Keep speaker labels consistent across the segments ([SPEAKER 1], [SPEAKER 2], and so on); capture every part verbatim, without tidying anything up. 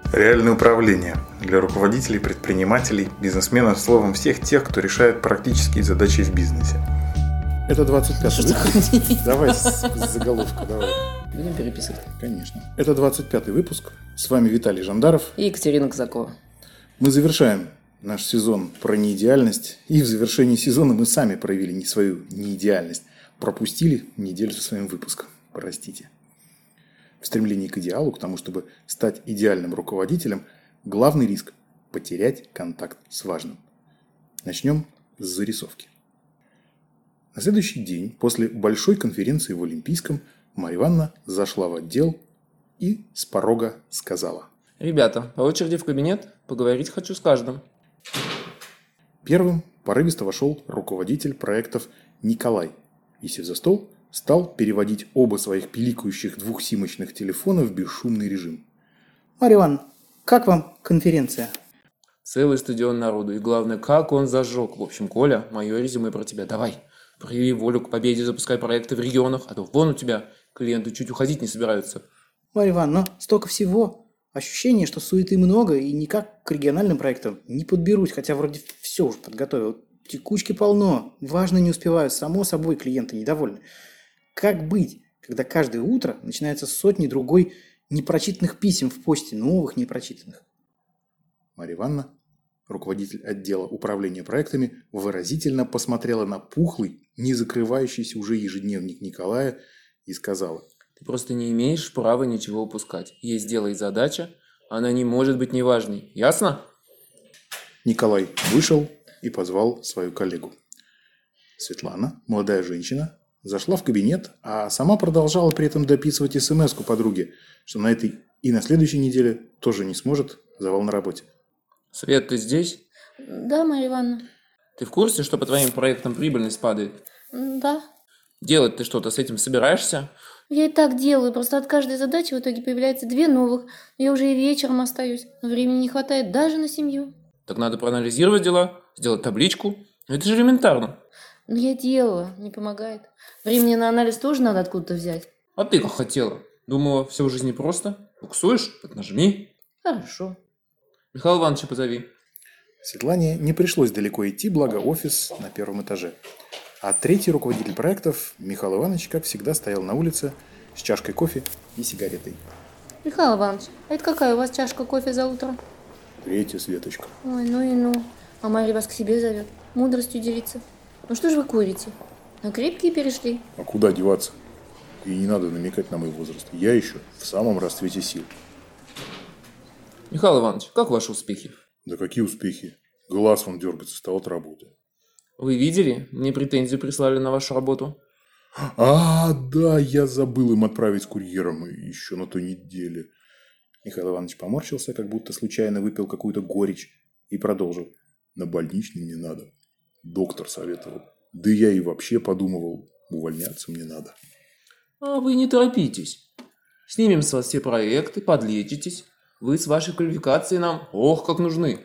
[SPEAKER 1] Реальное управление для руководителей, предпринимателей, бизнесменов, словом, всех тех, кто решает практические задачи в бизнесе.
[SPEAKER 2] Это двадцать пятый выпуск. Давай с заголовка, давай.
[SPEAKER 3] Будем переписывать?
[SPEAKER 2] Конечно. Это двадцать пятый выпуск. С вами Виталий Жандаров
[SPEAKER 3] и Екатерина Казакова.
[SPEAKER 2] Мы завершаем наш сезон про неидеальность. И в завершении сезона мы сами проявили не свою неидеальность. Пропустили неделю со своим выпуском. Простите. В стремлении к идеалу, к тому, чтобы стать идеальным руководителем, главный риск – потерять контакт с важным. Начнем с зарисовки. На следующий день, после большой конференции в Олимпийском, Марья Ивановна зашла в отдел и с порога сказала:
[SPEAKER 3] «Ребята, по очереди в кабинет, поговорить хочу с каждым».
[SPEAKER 2] Первым порывисто вошел руководитель проектов Николай и, сев за стол, стал переводить оба своих пиликающих двухсимочных телефона в бесшумный режим.
[SPEAKER 4] Марья Ивановна, как вам конференция?
[SPEAKER 3] Целый стадион народу. И главное, как он зажег. В общем, Коля, мое резюме про тебя. Давай, прояви волю к победе, запускай проекты в регионах. А то вон у тебя клиенты чуть уходить не собираются.
[SPEAKER 4] Марья Ивановна, но столько всего. Ощущение, что суеты много и никак к региональным проектам не подберусь. Хотя вроде все уже подготовил. Текучки полно. Важно не успеваю. Само собой клиенты недовольны. Как быть, когда каждое утро начинается с сотни другой непрочитанных писем в почте, новых непрочитанных?
[SPEAKER 2] Марья Ивановна, руководитель отдела управления проектами, выразительно посмотрела на пухлый, не закрывающийся уже ежедневник Николая и сказала:
[SPEAKER 3] «Ты просто не имеешь права ничего упускать. Есть дело и задача, она не может быть неважной. Ясно?»
[SPEAKER 2] Николай вышел и позвал свою коллегу. Светлана, молодая женщина, зашла в кабинет, а сама продолжала при этом дописывать смс-ку подруге, что на этой и на следующей неделе тоже не сможет, завал на работе.
[SPEAKER 3] Свет, ты здесь?
[SPEAKER 5] Да, Марья Ивановна.
[SPEAKER 3] Ты в курсе, что по твоим проектам прибыльность падает?
[SPEAKER 5] Да.
[SPEAKER 3] Делать ты что-то с этим собираешься?
[SPEAKER 5] Я и так делаю, просто от каждой задачи в итоге появляется две новых. Я уже и вечером остаюсь, но времени не хватает даже на семью.
[SPEAKER 3] Так надо проанализировать дела, сделать табличку. Это же элементарно.
[SPEAKER 5] Но я делала, не помогает. Времени на анализ тоже надо откуда-то взять.
[SPEAKER 3] А ты как хотела? Думала, все в жизни просто? Буксуешь? Так нажми.
[SPEAKER 5] Хорошо.
[SPEAKER 3] Михаила Ивановича позови.
[SPEAKER 2] Светлане не пришлось далеко идти, благо офис на первом этаже. А третий руководитель проектов, Михаил Иванович, как всегда, стоял на улице с чашкой кофе и сигаретой.
[SPEAKER 5] Михаил Иванович, а это какая у вас чашка кофе за утро?
[SPEAKER 2] Третья, Светочка.
[SPEAKER 5] Ой, ну и ну. А Марья вас к себе зовет. Мудростью делиться. Ну что же вы курите? На крепкие перешли.
[SPEAKER 2] А куда деваться? И не надо намекать на мой возраст. Я еще в самом расцвете сил.
[SPEAKER 3] Михаил Иванович, как ваши успехи?
[SPEAKER 2] Да какие успехи? Глаз вон дергается стал от работы.
[SPEAKER 3] Вы видели? Мне претензию прислали на вашу работу.
[SPEAKER 2] А, да, я забыл им отправить курьером еще на той неделе. Михаил Иванович поморщился, как будто случайно выпил какую-то горечь, и продолжил. На больничный мне надо. Доктор советовал. Да я и вообще подумывал, увольняться мне надо.
[SPEAKER 3] А вы не торопитесь. Снимем с вас все проекты, подлечитесь. Вы с вашей квалификацией нам, ох, как нужны.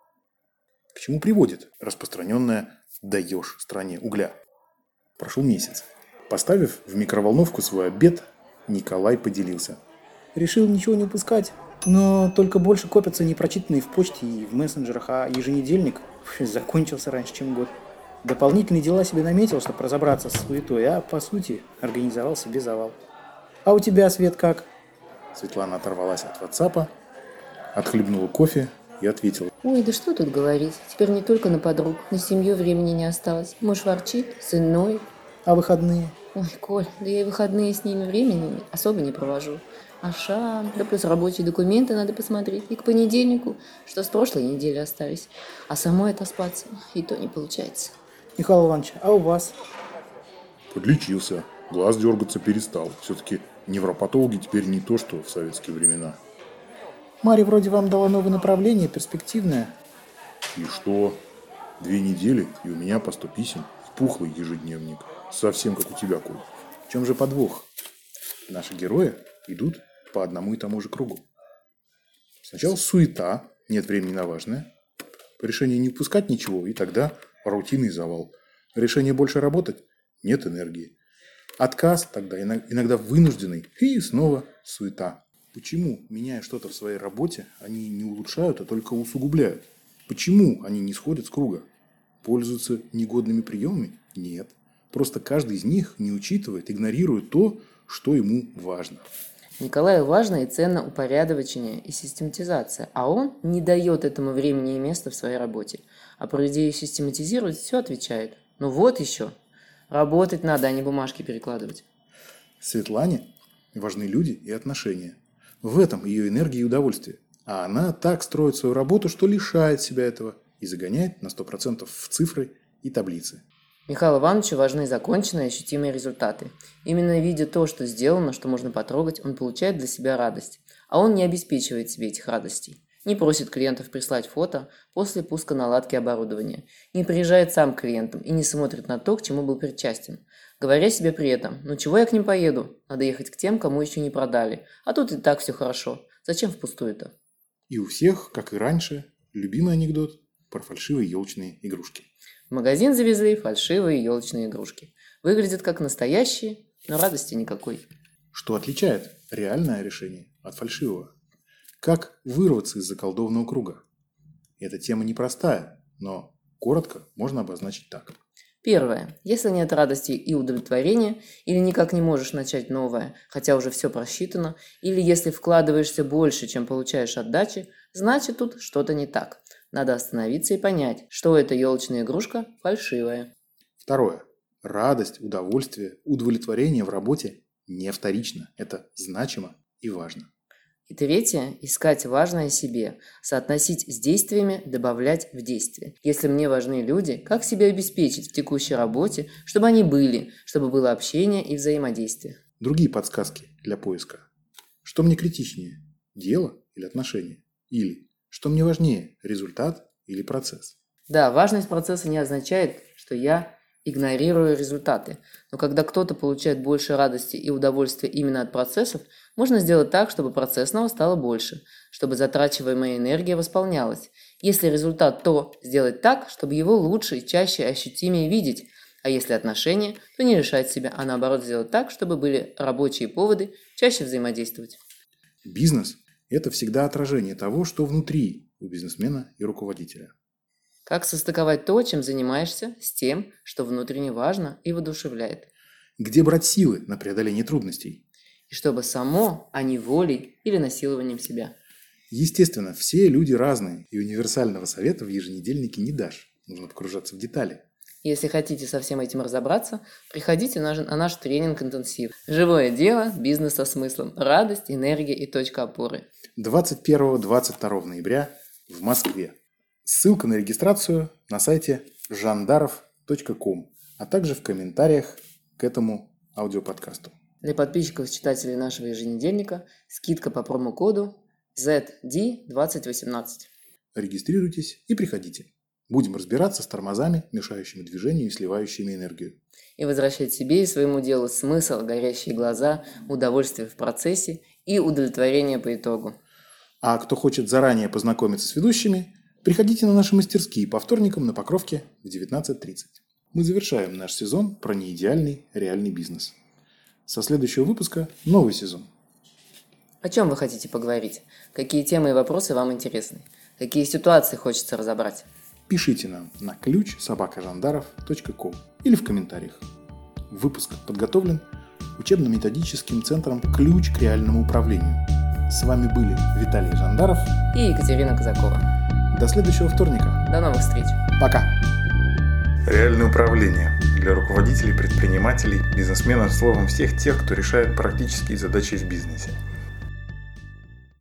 [SPEAKER 2] К чему приводит распространенное «даешь стране угля»? Прошел месяц. Поставив в микроволновку свой обед, Николай поделился.
[SPEAKER 4] Решил ничего не упускать, но только больше копятся непрочитанные в почте и в мессенджерах, а еженедельник закончился раньше, чем год. Дополнительные дела себе наметил, чтобы разобраться с суетой, а по сути организовал себе завал. А у тебя, Свет, как?
[SPEAKER 2] Светлана оторвалась от ватсапа, отхлебнула кофе и ответила.
[SPEAKER 5] Ой, да что тут говорить. Теперь не только на подруг, на семью времени не осталось. Муж ворчит, сын ноет.
[SPEAKER 4] А выходные?
[SPEAKER 5] Ой, Коль, да я и выходные с ними времени особо не провожу. А шам, да плюс рабочие документы надо посмотреть. И к понедельнику, что с прошлой недели остались. А самой отоспаться и то не получается.
[SPEAKER 4] Михаил Иванович, а у вас?
[SPEAKER 2] Подлечился. Глаз дергаться перестал. Все-таки невропатологи теперь не то, что в советские времена.
[SPEAKER 4] Марья вроде вам дала новое направление, перспективное.
[SPEAKER 2] И что? Две недели, и у меня по сто писем. В пухлый ежедневник. Совсем как у тебя, Коль. В чем же подвох? Наши герои идут по одному и тому же кругу. Сначала суета, нет времени на важное. Решение не упускать ничего, и тогда рутинный завал. Решение больше работать, нет энергии. Отказ тогда иногда вынужденный, и снова суета. Почему, меняя что-то в своей работе, они не улучшают, а только усугубляют? Почему они не сходят с круга? Пользуются негодными приемами? Нет. Просто каждый из них не учитывает, игнорирует то, что ему важно.
[SPEAKER 5] Николаю важно и ценно упорядочение и систематизация, а он не дает этому времени и места в своей работе. А про идею систематизировать все отвечает. Ну вот еще. Работать надо, а не бумажки перекладывать.
[SPEAKER 2] Светлане важны люди и отношения. В этом ее энергия и удовольствие. А она так строит свою работу, что лишает себя этого и загоняет на сто процентов в цифры и таблицы.
[SPEAKER 5] Михаилу Ивановичу важны законченные ощутимые результаты. Именно видя то, что сделано, что можно потрогать, он получает для себя радость. А он не обеспечивает себе этих радостей. Не просит клиентов прислать фото после пуска наладки оборудования. Не приезжает сам к клиентам и не смотрит на то, к чему был причастен. Говоря себе при этом: ну чего я к ним поеду? Надо ехать к тем, кому еще не продали. А тут и так все хорошо. Зачем впустую-то?
[SPEAKER 2] И у всех, как и раньше, любимый анекдот про фальшивые елочные игрушки.
[SPEAKER 5] В магазин завезли фальшивые елочные игрушки. Выглядят как настоящие, но радости никакой.
[SPEAKER 2] Что отличает реальное решение от фальшивого? Как вырваться из заколдованного круга? Эта тема непростая, но коротко можно обозначить так.
[SPEAKER 5] Первое. Если нет радости и удовлетворения, или никак не можешь начать новое, хотя уже все просчитано, или если вкладываешься больше, чем получаешь отдачи, значит тут что-то не так. Надо остановиться и понять, что эта елочная игрушка фальшивая.
[SPEAKER 2] Второе. Радость, удовольствие, удовлетворение в работе не вторично. Это значимо и важно.
[SPEAKER 5] И третье. Искать важное себе, соотносить с действиями, добавлять в действие. Если мне важны люди, как себя обеспечить в текущей работе, чтобы они были, чтобы было общение и взаимодействие.
[SPEAKER 2] Другие подсказки для поиска. Что мне критичнее? Дело или отношения? Или что мне важнее? Результат или процесс?
[SPEAKER 5] Да, важность процесса не означает, что я игнорирую результаты. Но когда кто-то получает больше радости и удовольствия именно от процессов, можно сделать так, чтобы процессного стало больше, чтобы затрачиваемая энергия восполнялась. Если результат, то сделать так, чтобы его лучше и чаще ощутимее видеть. А если отношения, то не лишать себя, а наоборот сделать так, чтобы были рабочие поводы чаще взаимодействовать.
[SPEAKER 2] Бизнес – это всегда отражение того, что внутри у бизнесмена и руководителя.
[SPEAKER 5] Как состыковать то, чем занимаешься, с тем, что внутренне важно и воодушевляет.
[SPEAKER 2] Где брать силы на преодоление трудностей?
[SPEAKER 5] И чтобы само, а не волей или насилованием себя.
[SPEAKER 2] Естественно, все люди разные, и универсального совета в еженедельнике не дашь. Нужно погружаться в детали.
[SPEAKER 5] Если хотите со всем этим разобраться, приходите на наш тренинг-интенсив. Живое дело, бизнес со смыслом, радость, энергия и точка опоры.
[SPEAKER 2] двадцать первого - двадцать второго ноября в Москве. Ссылка на регистрацию на сайте жандаров точка ком, а также в комментариях к этому аудиоподкасту.
[SPEAKER 5] Для подписчиков и читателей нашего еженедельника скидка по промокоду зет ди двадцать восемнадцать.
[SPEAKER 2] Регистрируйтесь и приходите. Будем разбираться с тормозами, мешающими движению и сливающими энергию.
[SPEAKER 5] И возвращать себе и своему делу смысл, горящие глаза, удовольствие в процессе и удовлетворение по итогу.
[SPEAKER 2] А кто хочет заранее познакомиться с ведущими, приходите на наши мастерские по вторникам на Покровке в девятнадцать тридцать. Мы завершаем наш сезон про неидеальный реальный бизнес. Со следующего выпуска новый сезон.
[SPEAKER 5] О чем вы хотите поговорить? Какие темы и вопросы вам интересны? Какие ситуации хочется разобрать?
[SPEAKER 2] Пишите нам на ключ собака жандаров точка ком или в комментариях. Выпуск подготовлен учебно-методическим центром «Ключ к реальному управлению». С вами были Виталий Жандаров
[SPEAKER 5] и Екатерина Казакова.
[SPEAKER 2] До следующего вторника.
[SPEAKER 5] До новых встреч.
[SPEAKER 2] Пока.
[SPEAKER 1] Реальное управление для руководителей, предпринимателей, бизнесменов, словом, всех тех, кто решает практические задачи в бизнесе.